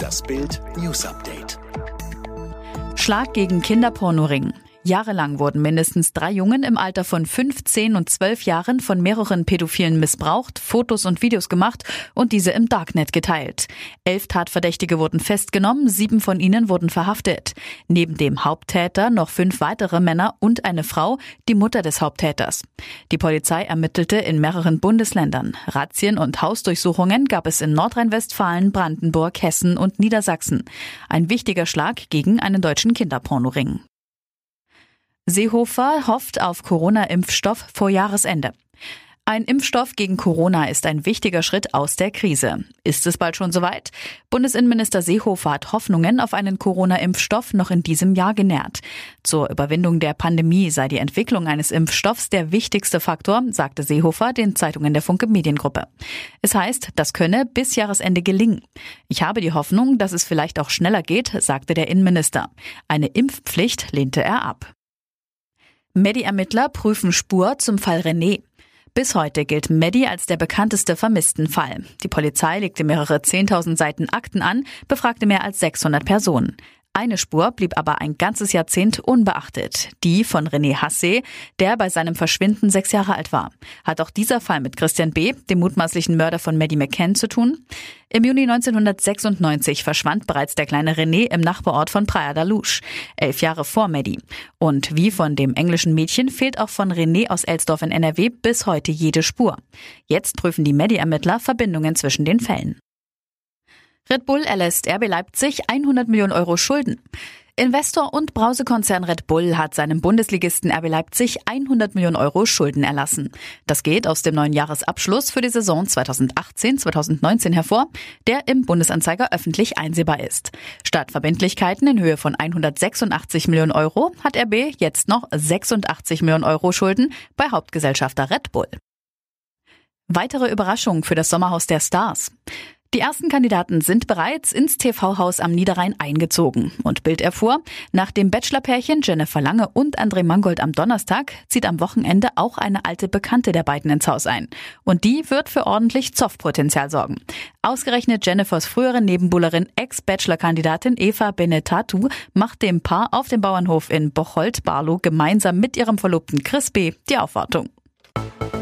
Das Bild News Update. Schlag gegen Kinderpornoring. Jahrelang wurden mindestens 3 Jungen im Alter von 5, 10 und 12 Jahren von mehreren Pädophilen missbraucht, Fotos und Videos gemacht und diese im Darknet geteilt. 11 Tatverdächtige wurden festgenommen, 7 von ihnen wurden verhaftet. Neben dem Haupttäter noch 5 weitere Männer und eine Frau, die Mutter des Haupttäters. Die Polizei ermittelte in mehreren Bundesländern. Razzien und Hausdurchsuchungen gab es in Nordrhein-Westfalen, Brandenburg, Hessen und Niedersachsen. Ein wichtiger Schlag gegen einen deutschen Kinderpornoring. Seehofer hofft auf Corona-Impfstoff vor Jahresende. Ein Impfstoff gegen Corona ist ein wichtiger Schritt aus der Krise. Ist es bald schon soweit? Bundesinnenminister Seehofer hat Hoffnungen auf einen Corona-Impfstoff noch in diesem Jahr genährt. Zur Überwindung der Pandemie sei die Entwicklung eines Impfstoffs der wichtigste Faktor, sagte Seehofer den Zeitungen der Funke Mediengruppe. Es heißt, das könne bis Jahresende gelingen. Ich habe die Hoffnung, dass es vielleicht auch schneller geht, sagte der Innenminister. Eine Impfpflicht lehnte er ab. Medi-Ermittler prüfen Spur zum Fall René. Bis heute gilt Medi als der bekannteste Vermisstenfall. Die Polizei legte mehrere 10.000 Seiten Akten an, befragte mehr als 600 Personen. Eine Spur blieb aber ein ganzes Jahrzehnt unbeachtet. Die von René Hassé, der bei seinem Verschwinden 6 Jahre alt war. Hat auch dieser Fall mit Christian B., dem mutmaßlichen Mörder von Maddie McCann, zu tun? Im Juni 1996 verschwand bereits der kleine René im Nachbarort von Praia da Luz, 11 Jahre vor Maddie. Und wie von dem englischen Mädchen fehlt auch von René aus Elsdorf in NRW bis heute jede Spur. Jetzt prüfen die Medi-Ermittler Verbindungen zwischen den Fällen. Red Bull erlässt RB Leipzig 100 Millionen Euro Schulden. Investor und Brausekonzern Red Bull hat seinem Bundesligisten RB Leipzig 100 Millionen Euro Schulden erlassen. Das geht aus dem neuen Jahresabschluss für die Saison 2018-2019 hervor, der im Bundesanzeiger öffentlich einsehbar ist. Statt Verbindlichkeiten in Höhe von 186 Millionen Euro hat RB jetzt noch 86 Millionen Euro Schulden bei Hauptgesellschafter Red Bull. Weitere Überraschung für das Sommerhaus der Stars. Die ersten Kandidaten sind bereits ins TV-Haus am Niederrhein eingezogen. Und Bild erfuhr, nach dem Bachelor-Pärchen Jennifer Lange und André Mangold am Donnerstag zieht am Wochenende auch eine alte Bekannte der beiden ins Haus ein. Und die wird für ordentlich Zoff-Potenzial sorgen. Ausgerechnet Jennifers frühere Nebenbuhlerin, Ex-Bachelor-Kandidatin Eva Benetatu macht dem Paar auf dem Bauernhof in Bocholt-Barlow gemeinsam mit ihrem Verlobten Chris B. die Aufwartung.